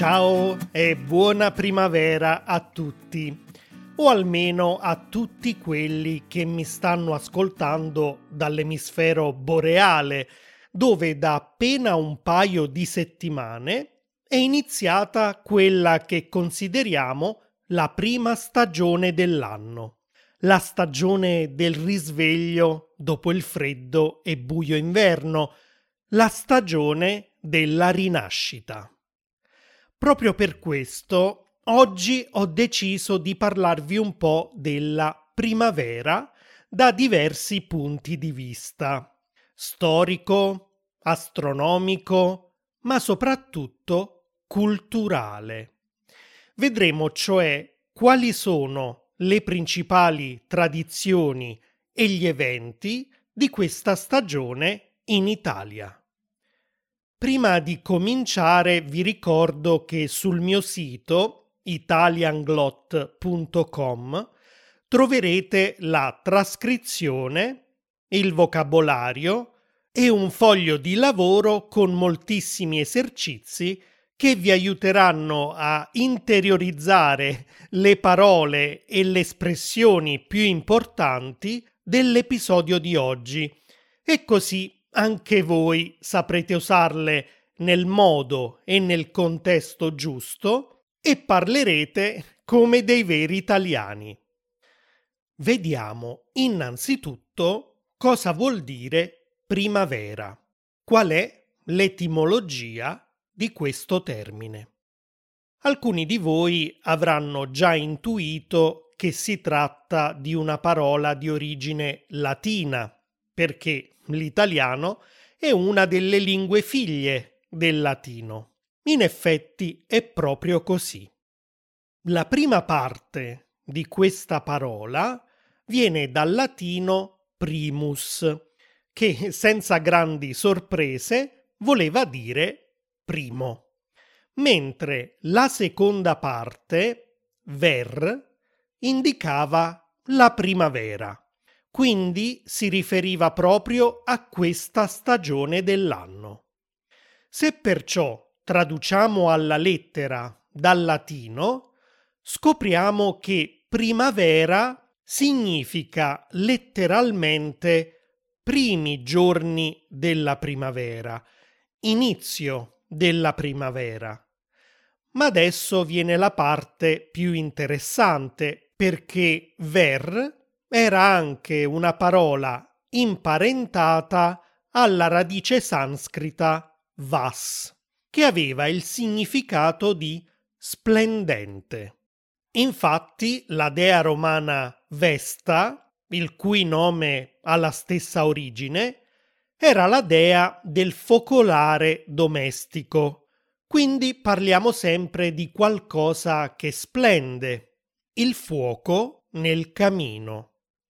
Ciao e buona primavera a tutti, o almeno a tutti quelli che mi stanno ascoltando dall'emisfero boreale, dove da appena un paio di settimane è iniziata quella che consideriamo la prima stagione dell'anno, la stagione del risveglio dopo il freddo e buio inverno, la stagione della rinascita. Proprio per questo, oggi ho deciso di parlarvi un po' della primavera da diversi punti di vista: storico, astronomico, ma soprattutto culturale. Vedremo cioè quali sono le principali tradizioni e gli eventi di questa stagione in Italia. Prima di cominciare vi ricordo che sul mio sito italianglot.com troverete la trascrizione, il vocabolario e un foglio di lavoro con moltissimi esercizi che vi aiuteranno a interiorizzare le parole e le espressioni più importanti dell'episodio di oggi e così anche voi saprete usarle nel modo e nel contesto giusto e parlerete come dei veri italiani. Vediamo innanzitutto cosa vuol dire primavera. Qual è l'etimologia di questo termine? Alcuni di voi avranno già intuito che si tratta di una parola di origine latina, perché l'italiano è una delle lingue figlie del latino. In effetti è proprio così. La prima parte di questa parola viene dal latino primus, che senza grandi sorprese voleva dire primo, mentre la seconda parte, ver, indicava la primavera. Quindi si riferiva proprio a questa stagione dell'anno. Se perciò traduciamo alla lettera dal latino, scopriamo che primavera significa letteralmente primi giorni della primavera, inizio della primavera. Ma adesso viene la parte più interessante, perché ver era anche una parola imparentata alla radice sanscrita vas, che aveva il significato di splendente. Infatti la dea romana Vesta, il cui nome ha la stessa origine, era la dea del focolare domestico, quindi parliamo sempre di qualcosa che splende, il fuoco nel camino.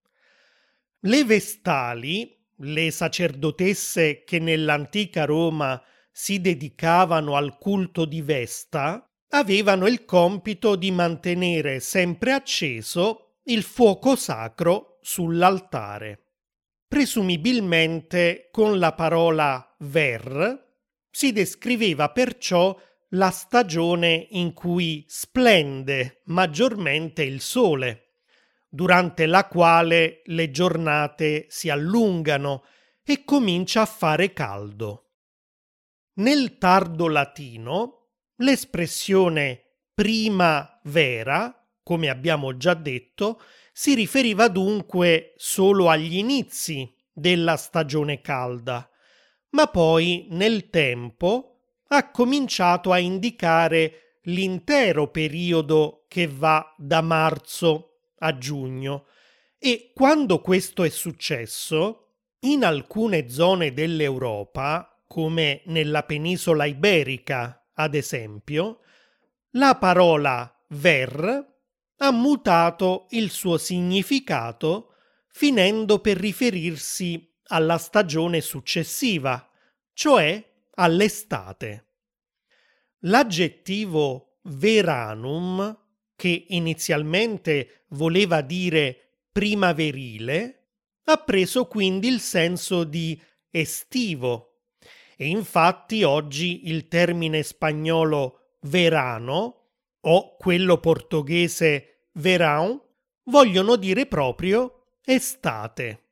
Le Vestali, le sacerdotesse che nell'antica Roma si dedicavano al culto di Vesta, avevano il compito di mantenere sempre acceso il fuoco sacro sull'altare. Presumibilmente con la parola ver si descriveva perciò la stagione in cui splende maggiormente il sole, durante la quale le giornate si allungano e comincia a fare caldo. Nel tardo latino, l'espressione primavera, come abbiamo già detto, si riferiva dunque solo agli inizi della stagione calda, ma poi nel tempo ha cominciato a indicare l'intero periodo che va da marzo a giugno, e quando questo è successo, in alcune zone dell'Europa, come nella penisola iberica ad esempio, la parola ver ha mutato il suo significato finendo per riferirsi alla stagione successiva, cioè all'estate. L'aggettivo veranum, che inizialmente voleva dire primaverile, ha preso quindi il senso di estivo, e infatti oggi il termine spagnolo verano o quello portoghese verão vogliono dire proprio estate.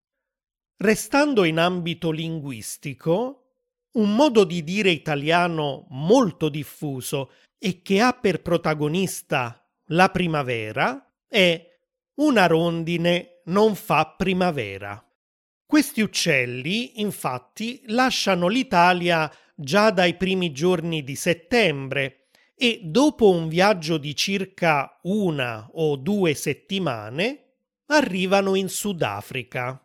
Restando in ambito linguistico, un modo di dire italiano molto diffuso e che ha per protagonista la primavera è una rondine non fa primavera. Questi uccelli, infatti, lasciano l'Italia già dai primi giorni di settembre e dopo un viaggio di circa 1 o 2 settimane arrivano in Sudafrica.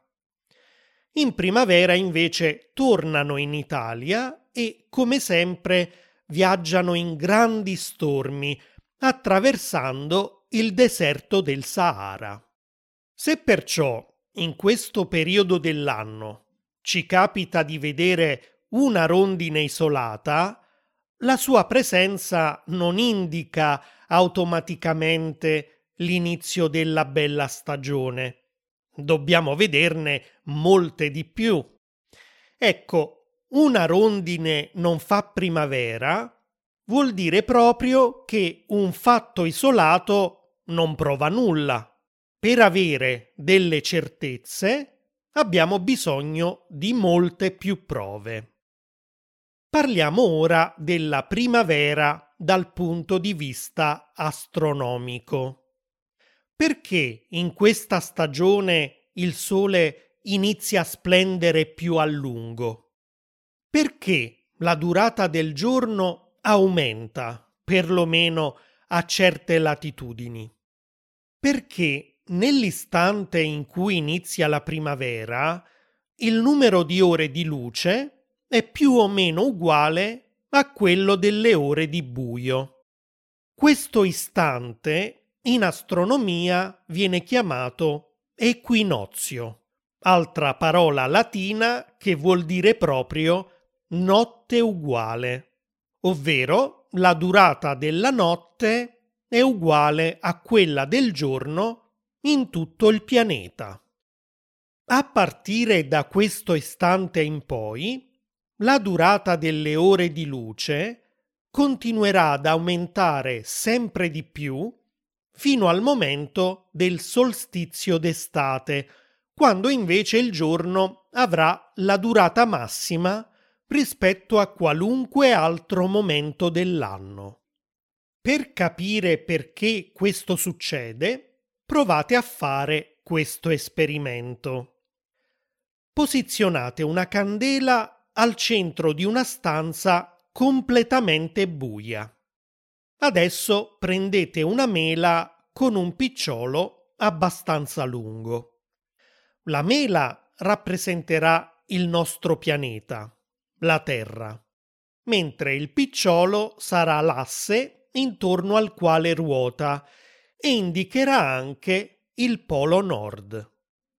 In primavera invece tornano in Italia e, come sempre, viaggiano in grandi stormi, attraversando il deserto del Sahara. Se perciò in questo periodo dell'anno ci capita di vedere una rondine isolata, la sua presenza non indica automaticamente l'inizio della bella stagione. Dobbiamo vederne molte di più. Ecco, una rondine non fa primavera vuol dire proprio che un fatto isolato non prova nulla. Per avere delle certezze abbiamo bisogno di molte più prove. Parliamo ora della primavera dal punto di vista astronomico. Perché in questa stagione il sole inizia a splendere più a lungo? Perché la durata del giorno aumenta, perlomeno a certe latitudini? Perché nell'istante in cui inizia la primavera, il numero di ore di luce è più o meno uguale a quello delle ore di buio. Questo istante in astronomia viene chiamato equinozio, altra parola latina che vuol dire proprio notte uguale, ovvero la durata della notte è uguale a quella del giorno in tutto il pianeta. A partire da questo istante in poi, la durata delle ore di luce continuerà ad aumentare sempre di più fino al momento del solstizio d'estate, quando invece il giorno avrà la durata massima rispetto a qualunque altro momento dell'anno. Per capire perché questo succede, provate a fare questo esperimento. Posizionate una candela al centro di una stanza completamente buia. Adesso prendete una mela con un picciolo abbastanza lungo. La mela rappresenterà il nostro pianeta, la Terra, mentre il picciolo sarà l'asse intorno al quale ruota e indicherà anche il polo nord.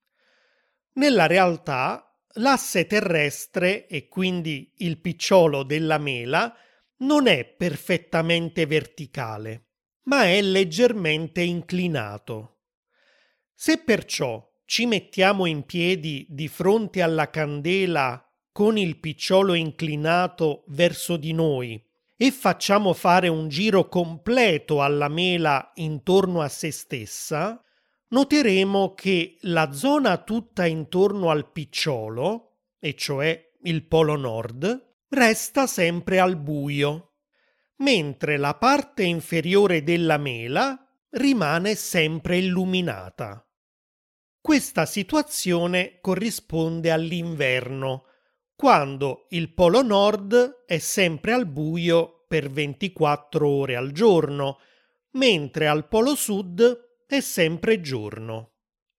Nella realtà, l'asse terrestre e quindi il picciolo della mela non è perfettamente verticale, ma è leggermente inclinato. Se perciò ci mettiamo in piedi di fronte alla candela con il picciolo inclinato verso di noi e facciamo fare un giro completo alla mela intorno a se stessa, noteremo che la zona tutta intorno al picciolo, e cioè il polo nord, resta sempre al buio, mentre la parte inferiore della mela rimane sempre illuminata. Questa situazione corrisponde all'inverno, quando il polo nord è sempre al buio per 24 ore al giorno, mentre al polo sud è sempre giorno.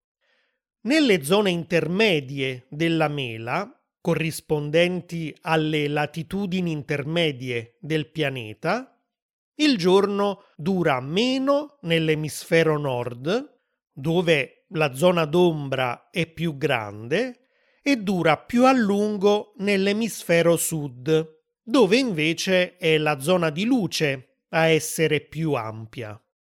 Nelle zone intermedie della mela, corrispondenti alle latitudini intermedie del pianeta, il giorno dura meno nell'emisfero nord, dove la zona d'ombra è più grande, e dura più a lungo nell'emisfero sud, dove invece è la zona di luce a essere più ampia.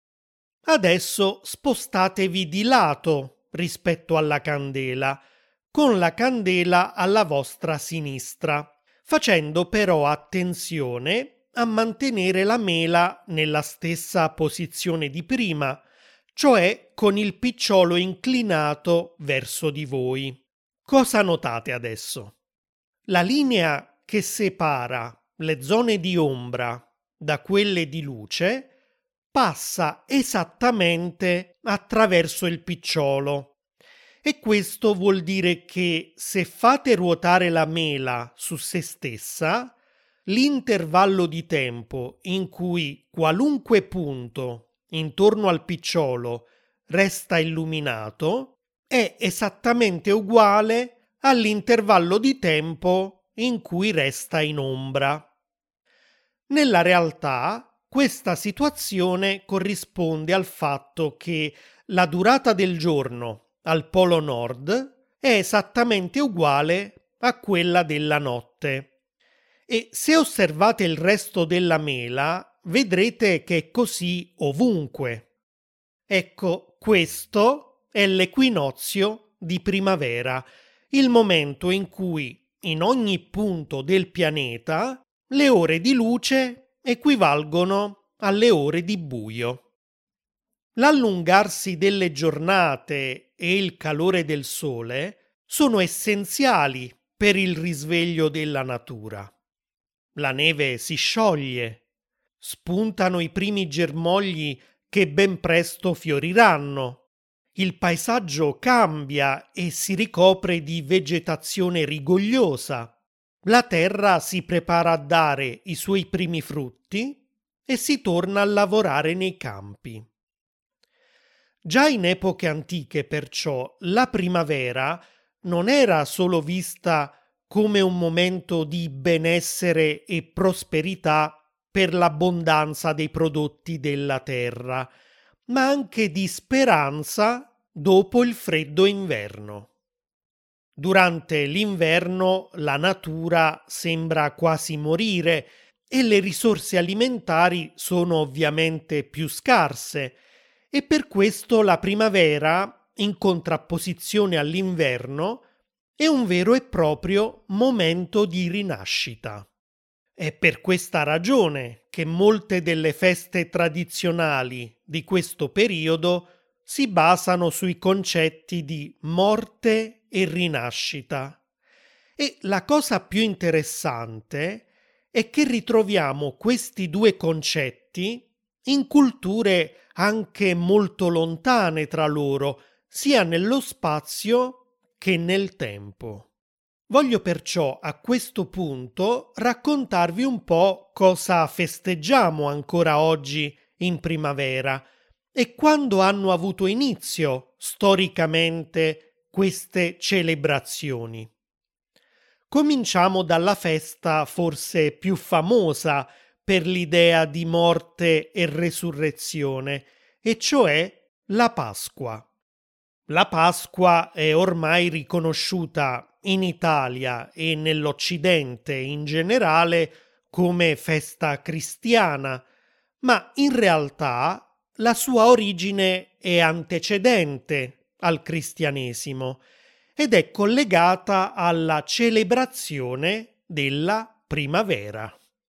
Adesso spostatevi di lato rispetto alla candela, con la candela alla vostra sinistra, facendo però attenzione a mantenere la mela nella stessa posizione di prima, cioè con il picciolo inclinato verso di voi. Cosa notate adesso? La linea che separa le zone di ombra da quelle di luce passa esattamente attraverso il picciolo. E questo vuol dire che se fate ruotare la mela su se stessa, l'intervallo di tempo in cui qualunque punto intorno al picciolo resta illuminato è esattamente uguale all'intervallo di tempo in cui resta in ombra. Nella realtà, questa situazione corrisponde al fatto che la durata del giorno al polo nord è esattamente uguale a quella della notte. E se osservate il resto della mela, vedrete che è così ovunque. Ecco, questo è l'equinozio di primavera, il momento in cui in ogni punto del pianeta le ore di luce equivalgono alle ore di buio. L'allungarsi delle giornate e il calore del sole sono essenziali per il risveglio della natura. La neve si scioglie, spuntano i primi germogli che ben presto fioriranno. Il paesaggio cambia e si ricopre di vegetazione rigogliosa. La terra si prepara a dare i suoi primi frutti e si torna a lavorare nei campi. Già in epoche antiche, perciò, la primavera non era solo vista come un momento di benessere e prosperità per l'abbondanza dei prodotti della terra, ma anche di speranza dopo il freddo inverno. Durante l'inverno la natura sembra quasi morire e le risorse alimentari sono ovviamente più scarse, e per questo la primavera, in contrapposizione all'inverno, è un vero e proprio momento di rinascita. È per questa ragione che molte delle feste tradizionali di questo periodo si basano sui concetti di morte e rinascita. E la cosa più interessante è che ritroviamo questi due concetti in culture anche molto lontane tra loro, sia nello spazio che nel tempo. Voglio perciò a questo punto raccontarvi un po' cosa festeggiamo ancora oggi in primavera e quando hanno avuto inizio storicamente queste celebrazioni. Cominciamo dalla festa forse più famosa per l'idea di morte e resurrezione, e cioè la Pasqua. La Pasqua è ormai riconosciuta in Italia e nell'Occidente in generale come festa cristiana, ma in realtà la sua origine è antecedente al cristianesimo ed è collegata alla celebrazione della primavera.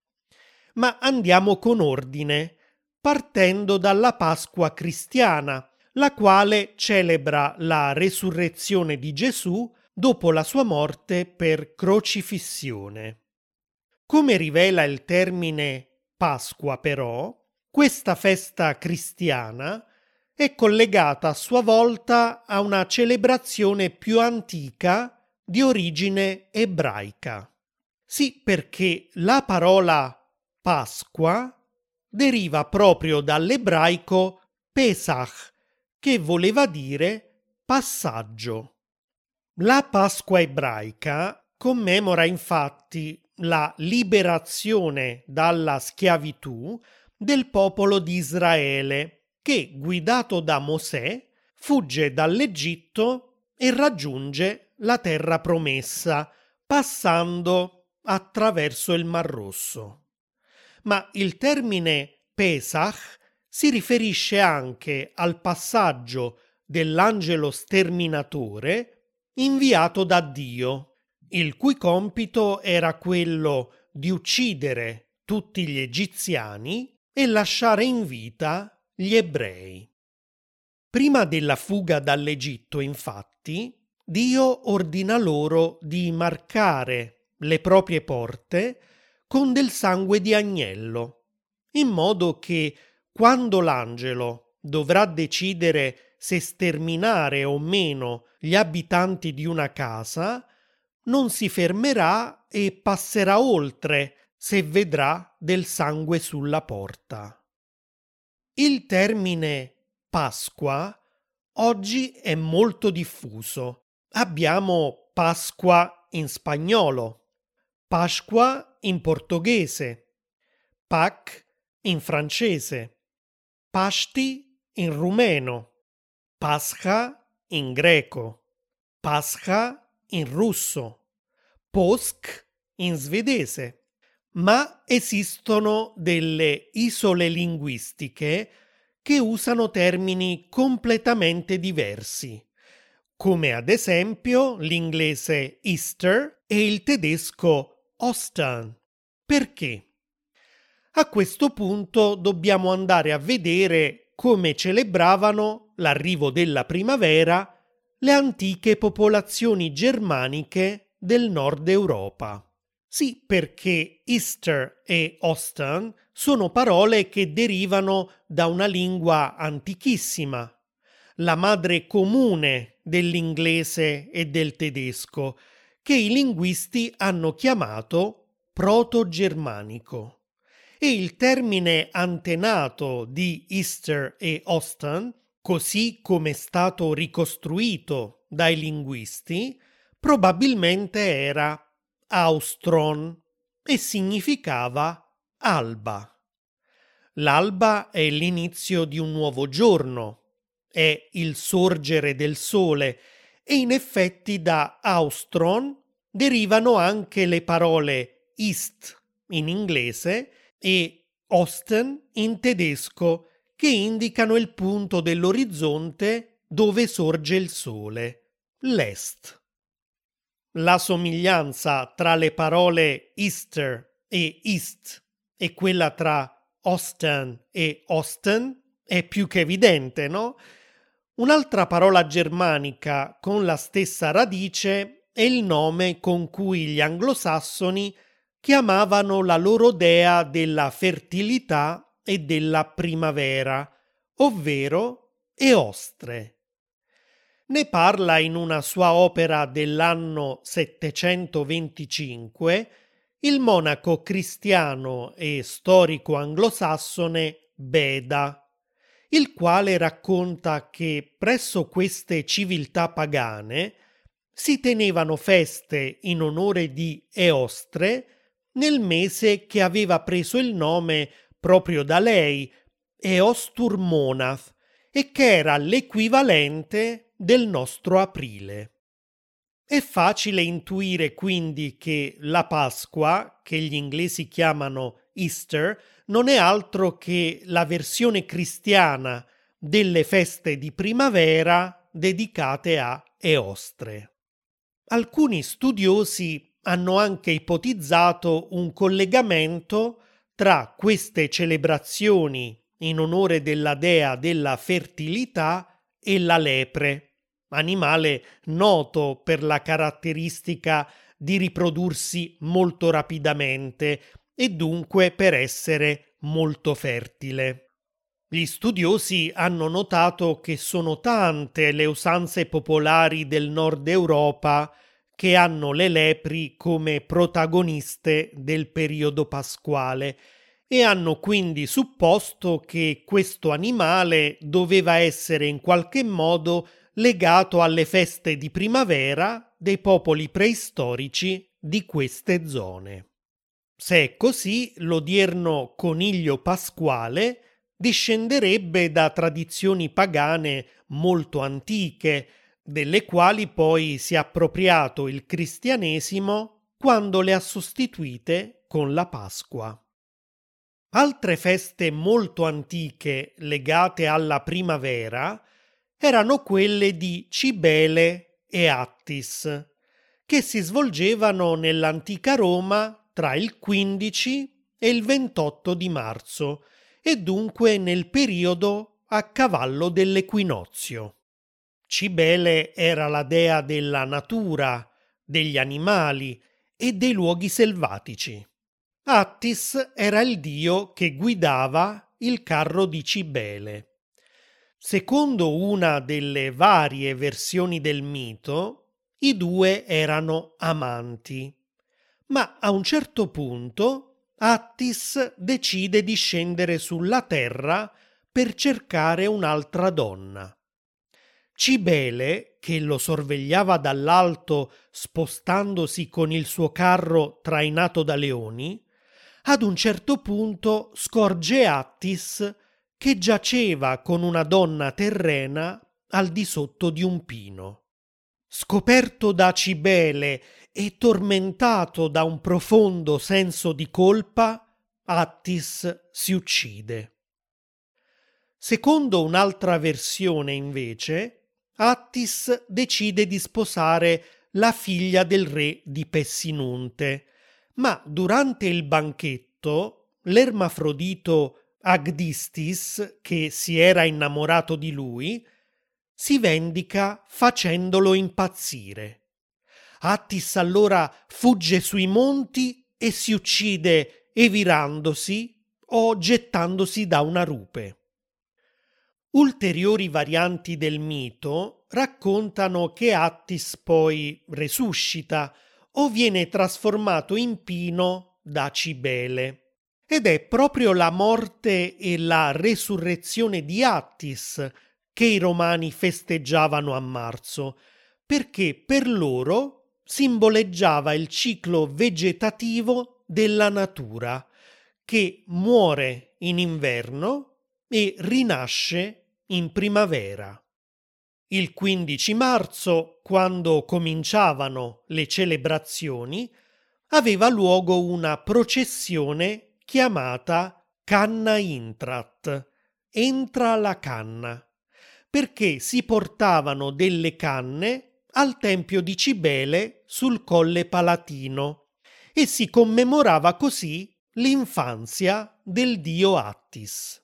Ma andiamo con ordine, partendo dalla Pasqua cristiana, la quale celebra la resurrezione di Gesù dopo la sua morte per crocifissione. Come rivela il termine Pasqua, però, questa festa cristiana è collegata a sua volta a una celebrazione più antica di origine ebraica. Sì, perché la parola Pasqua deriva proprio dall'ebraico Pesach, che voleva dire passaggio. La Pasqua ebraica commemora infatti la liberazione dalla schiavitù del popolo di Israele che, guidato da Mosè, fugge dall'Egitto e raggiunge la terra promessa, passando attraverso il Mar Rosso. Ma il termine Pesach si riferisce anche al passaggio dell'angelo sterminatore inviato da Dio, il cui compito era quello di uccidere tutti gli egiziani e lasciare in vita gli ebrei. Prima della fuga dall'Egitto, infatti, Dio ordina loro di marcare le proprie porte con del sangue di agnello, in modo che quando l'angelo dovrà decidere se sterminare o meno gli abitanti di una casa, non si fermerà e passerà oltre se vedrà del sangue sulla porta. Il termine Pasqua oggi è molto diffuso. Abbiamo Pasqua in spagnolo, Pasqua in portoghese, Pâques in francese, Paști in rumeno, Pascha in greco, Pascha in russo, Påsk in svedese. Ma esistono delle isole linguistiche che usano termini completamente diversi, come ad esempio l'inglese Easter e il tedesco Ostern. Perché? A questo punto dobbiamo andare a vedere come celebravano l'arrivo della primavera le antiche popolazioni germaniche del nord Europa. Sì, perché Easter e Ostern sono parole che derivano da una lingua antichissima, la madre comune dell'inglese e del tedesco, che i linguisti hanno chiamato proto-germanico. E il termine antenato di Easter e Ostern, così come è stato ricostruito dai linguisti, probabilmente era Austron e significava alba. L'alba è l'inizio di un nuovo giorno, è il sorgere del sole e in effetti da Austron derivano anche le parole East in inglese e Osten in tedesco, che indicano il punto dell'orizzonte dove sorge il sole, l'est. La somiglianza tra le parole Easter e East e quella tra Ostern e Osten è più che evidente, no? Un'altra parola germanica con la stessa radice è il nome con cui gli anglosassoni chiamavano la loro dea della fertilità e della primavera, ovvero Eostre. Ne parla in una sua opera dell'anno 725 il monaco cristiano e storico anglosassone Beda, il quale racconta che presso queste civiltà pagane si tenevano feste in onore di Eostre nel mese che aveva preso il nome proprio da lei, Eosturmonath, e che era l'equivalente del nostro aprile. È facile intuire quindi che la Pasqua, che gli inglesi chiamano Easter, non è altro che la versione cristiana delle feste di primavera dedicate a Eostre. Alcuni studiosi hanno anche ipotizzato un collegamento tra queste celebrazioni in onore della dea della fertilità e la lepre, animale noto per la caratteristica di riprodursi molto rapidamente e dunque per essere molto fertile. Gli studiosi hanno notato che sono tante le usanze popolari del nord Europa che hanno le lepri come protagoniste del periodo pasquale e hanno quindi supposto che questo animale doveva essere in qualche modo legato alle feste di primavera dei popoli preistorici di queste zone. Se è così, l'odierno coniglio pasquale discenderebbe da tradizioni pagane molto antiche, delle quali poi si è appropriato il cristianesimo quando le ha sostituite con la Pasqua. Altre feste molto antiche legate alla primavera erano quelle di Cibele e Attis, che si svolgevano nell'antica Roma tra il 15 e il 28 di marzo, e dunque nel periodo a cavallo dell'equinozio. Cibele era la dea della natura, degli animali e dei luoghi selvatici. Attis era il dio che guidava il carro di Cibele. Secondo una delle varie versioni del mito, i due erano amanti. Ma a un certo punto Attis decide di scendere sulla terra per cercare un'altra donna. Cibele, che lo sorvegliava dall'alto spostandosi con il suo carro trainato da leoni, ad un certo punto scorge Attis che giaceva con una donna terrena al di sotto di un pino. Scoperto da Cibele e tormentato da un profondo senso di colpa, Attis si uccide. Secondo un'altra versione, invece, Attis decide di sposare la figlia del re di Pessinunte, ma durante il banchetto l'ermafrodito Agdistis, che si era innamorato di lui, si vendica facendolo impazzire. Attis allora fugge sui monti e si uccide evirandosi o gettandosi da una rupe. Ulteriori varianti del mito raccontano che Attis poi resuscita o viene trasformato in pino da Cibele. Ed è proprio la morte e la resurrezione di Attis che i romani festeggiavano a marzo, perché per loro simboleggiava il ciclo vegetativo della natura, che muore in inverno e rinasce in primavera. Il 15 marzo, quando cominciavano le celebrazioni, aveva luogo una processione chiamata Canna Intrat, entra la canna, perché si portavano delle canne al tempio di Cibele sul Colle Palatino e si commemorava così l'infanzia del dio Attis.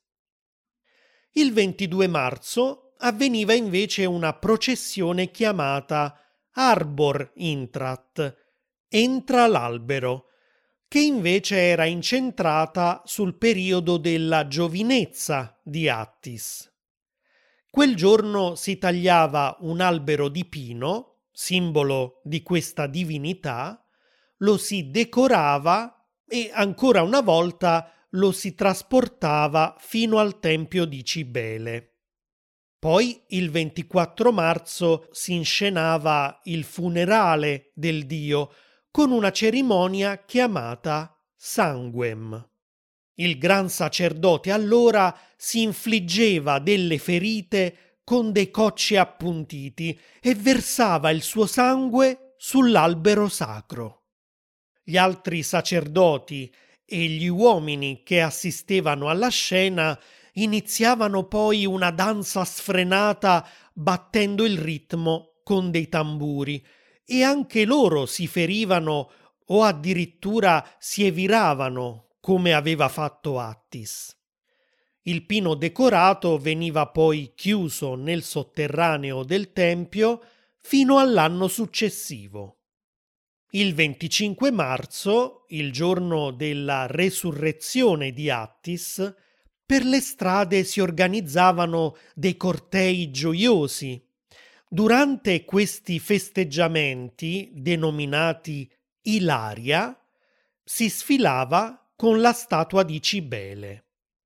Il 22 marzo avveniva invece una processione chiamata Arbor Intrat, entra l'albero, che invece era incentrata sul periodo della giovinezza di Attis. Quel giorno si tagliava un albero di pino, simbolo di questa divinità, lo si decorava e ancora una volta lo si trasportava fino al tempio di Cibele. Poi il 24 marzo si inscenava il funerale del dio con una cerimonia chiamata Sanguem. Il gran sacerdote allora si infliggeva delle ferite con dei cocci appuntiti e versava il suo sangue sull'albero sacro. Gli altri sacerdoti e gli uomini che assistevano alla scena iniziavano poi una danza sfrenata battendo il ritmo con dei tamburi e anche loro si ferivano o addirittura si eviravano come aveva fatto Attis. Il pino decorato veniva poi chiuso nel sotterraneo del tempio fino all'anno successivo. Il 25 marzo, il giorno della resurrezione di Attis, per le strade si organizzavano dei cortei gioiosi. Durante questi festeggiamenti, denominati Ilaria, si sfilava con la statua di Cibele.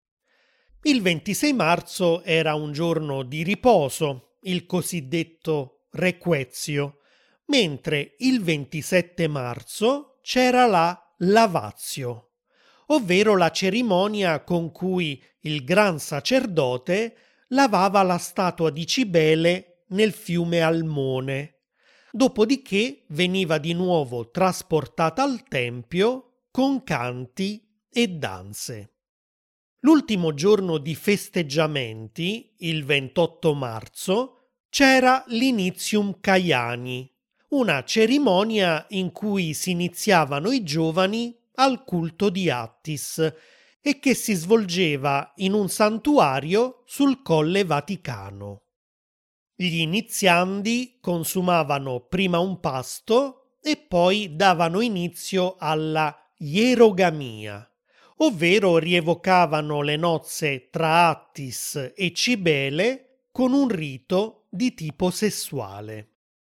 Il 26 marzo era un giorno di riposo, il cosiddetto Requezio, mentre il 27 marzo c'era la Lavatio, ovvero la cerimonia con cui il gran sacerdote lavava la statua di Cibele nel fiume Almone, dopodiché veniva di nuovo trasportata al tempio con canti e danze. L'ultimo giorno di festeggiamenti, il 28 marzo, c'era l'Initium Caiani, una cerimonia in cui si iniziavano i giovani al culto di Attis e che si svolgeva in un santuario sul Colle Vaticano. Gli iniziandi consumavano prima un pasto e poi davano inizio alla ierogamia, ovvero rievocavano le nozze tra Attis e Cibele con un rito di tipo sessuale.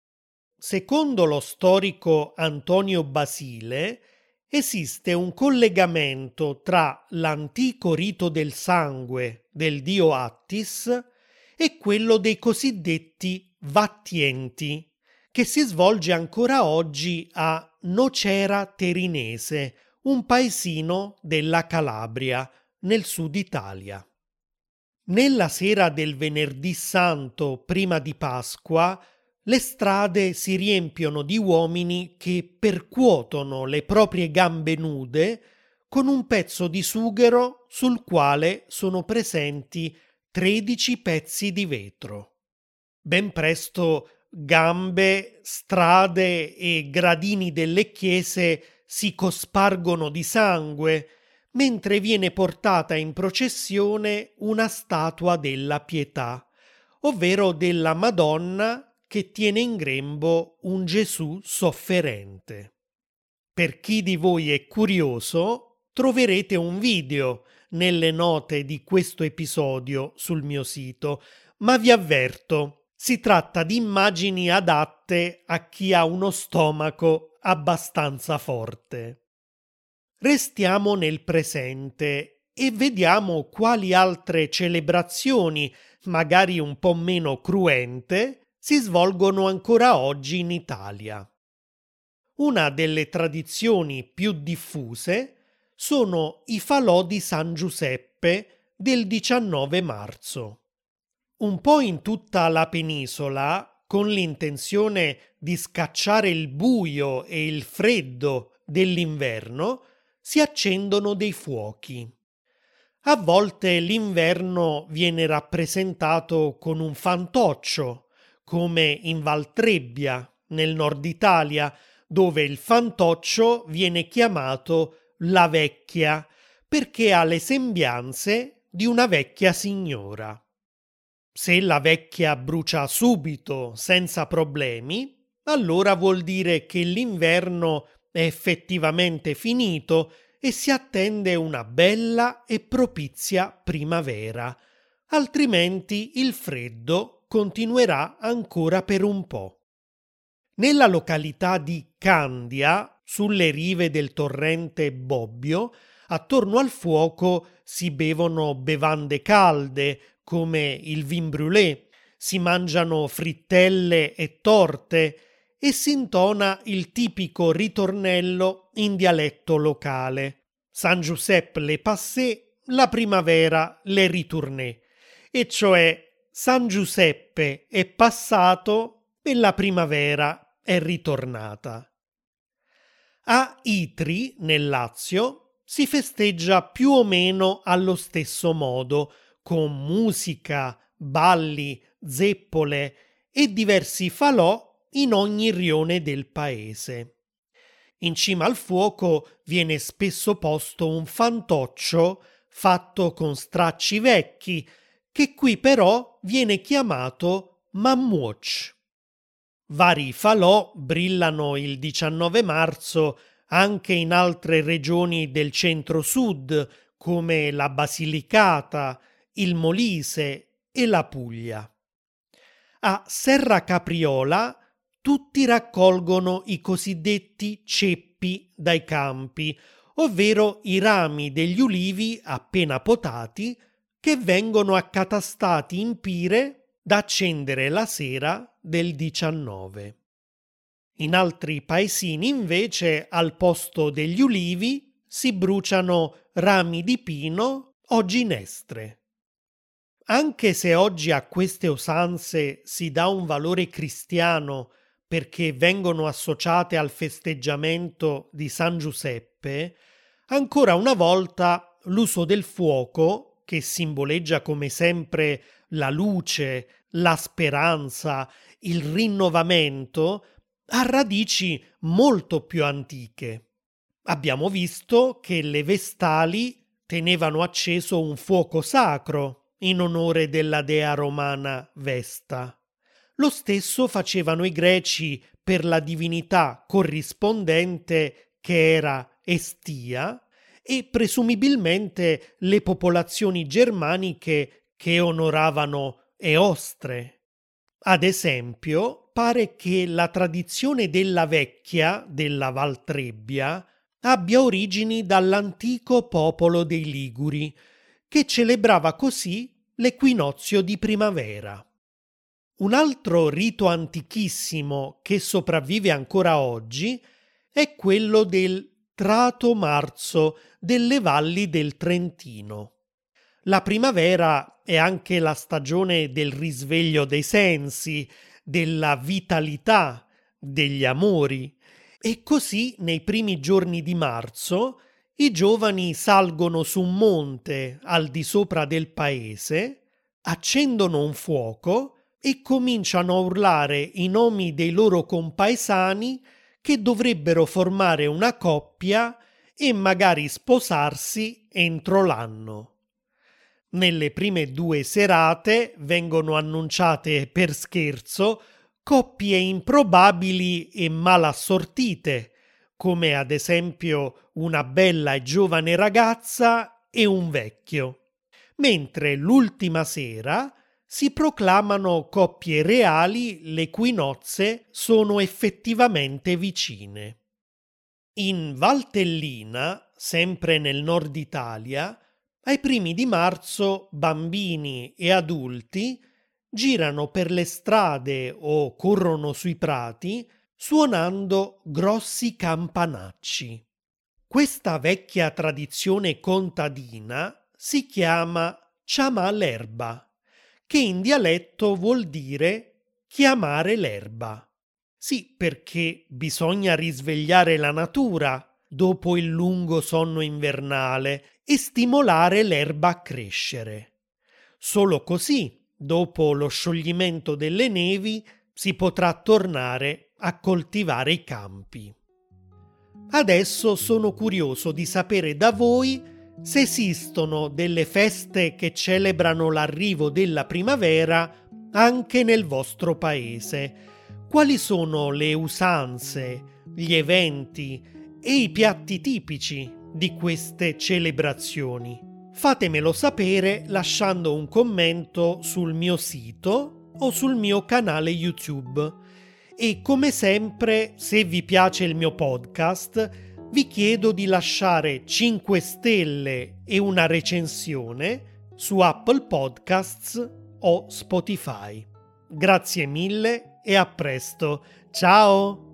Secondo lo storico Antonio Basile, esiste un collegamento tra l'antico rito del sangue del dio Attis e quello dei cosiddetti vattienti, che si svolge ancora oggi a Nocera Terinese, un paesino della Calabria, nel sud Italia. Nella sera del venerdì santo prima di Pasqua, le strade si riempiono di uomini che percuotono le proprie gambe nude con un pezzo di sughero sul quale sono presenti 13 pezzi di vetro. Ben presto gambe, strade e gradini delle chiese si cospargono di sangue, mentre viene portata in processione una statua della Pietà, ovvero della Madonna che tiene in grembo un Gesù sofferente. Per chi di voi è curioso, troverete un video nelle note di questo episodio sul mio sito, ma vi avverto, si tratta di immagini adatte a chi ha uno stomaco abbastanza forte. Restiamo nel presente e vediamo quali altre celebrazioni, magari un po' meno cruente, si svolgono ancora oggi in Italia. Una delle tradizioni più diffuse sono i falò di San Giuseppe del 19 marzo. Un po' in tutta la penisola, con l'intenzione di scacciare il buio e il freddo dell'inverno, si accendono dei fuochi. A volte l'inverno viene rappresentato con un fantoccio, come in Valtrebbia, nel nord Italia, dove il fantoccio viene chiamato la vecchia, perché ha le sembianze di una vecchia signora. Se la vecchia brucia subito, senza problemi, allora vuol dire che l'inverno è effettivamente finito e si attende una bella e propizia primavera, altrimenti il freddo continuerà ancora per un po'. Nella località di Candia, sulle rive del torrente Bobbio, attorno al fuoco si bevono bevande calde come il vin brûlé, si mangiano frittelle e torte e si intona il tipico ritornello in dialetto locale. San Giuseppe le passé, la primavera le ritourné, e cioè San Giuseppe è passato e la primavera è ritornata. A Itri, nel Lazio, si festeggia più o meno allo stesso modo, con musica, balli, zeppole e diversi falò in ogni rione del paese. In cima al fuoco viene spesso posto un fantoccio fatto con stracci vecchi, che qui però viene chiamato mammuoc. Vari falò brillano il 19 marzo anche in altre regioni del centro-sud, come la Basilicata, il Molise e la Puglia. A Serra Capriola tutti raccolgono i cosiddetti ceppi dai campi, ovvero i rami degli ulivi appena potati che vengono accatastati in pire da accendere la sera del 19. In altri paesini invece al posto degli ulivi si bruciano rami di pino o ginestre. Anche se oggi a queste usanze si dà un valore cristiano perché vengono associate al festeggiamento di San Giuseppe, ancora una volta l'uso del fuoco, che simboleggia come sempre la luce, la speranza, il rinnovamento, ha radici molto più antiche. Abbiamo visto che le Vestali tenevano acceso un fuoco sacro in onore della dea romana Vesta. Lo stesso facevano i Greci per la divinità corrispondente che era Estia e presumibilmente le popolazioni germaniche che onoravano Eostre. Ad esempio, pare che la tradizione della Vecchia, della Val Trebbia, abbia origini dall'antico popolo dei Liguri, che celebrava così l'equinozio di primavera. Un altro rito antichissimo che sopravvive ancora oggi è quello del Trato Marzo delle valli del Trentino. La primavera è anche la stagione del risveglio dei sensi, della vitalità, degli amori, e così nei primi giorni di marzo i giovani salgono su un monte al di sopra del paese, accendono un fuoco e cominciano a urlare i nomi dei loro compaesani che dovrebbero formare una coppia e magari sposarsi entro l'anno. Nelle prime 2 serate vengono annunciate per scherzo coppie improbabili e mal assortite, come ad esempio una bella e giovane ragazza e un vecchio, mentre l'ultima sera si proclamano coppie reali le cui nozze sono effettivamente vicine. In Valtellina, sempre nel nord Italia, ai primi di marzo bambini e adulti girano per le strade o corrono sui prati suonando grossi campanacci. Questa vecchia tradizione contadina si chiama ciamà l'erba, che in dialetto vuol dire chiamare l'erba. Sì, perché bisogna risvegliare la natura dopo il lungo sonno invernale e stimolare l'erba a crescere. Solo così, dopo lo scioglimento delle nevi, si potrà tornare a coltivare i campi. Adesso sono curioso di sapere da voi se esistono delle feste che celebrano l'arrivo della primavera anche nel vostro paese. Quali sono le usanze, gli eventi e i piatti tipici di queste celebrazioni? Fatemelo sapere lasciando un commento sul mio sito o sul mio canale YouTube. E come sempre, se vi piace il mio podcast, vi chiedo di lasciare 5 stelle e una recensione su Apple Podcasts o Spotify. Grazie mille e a presto. Ciao!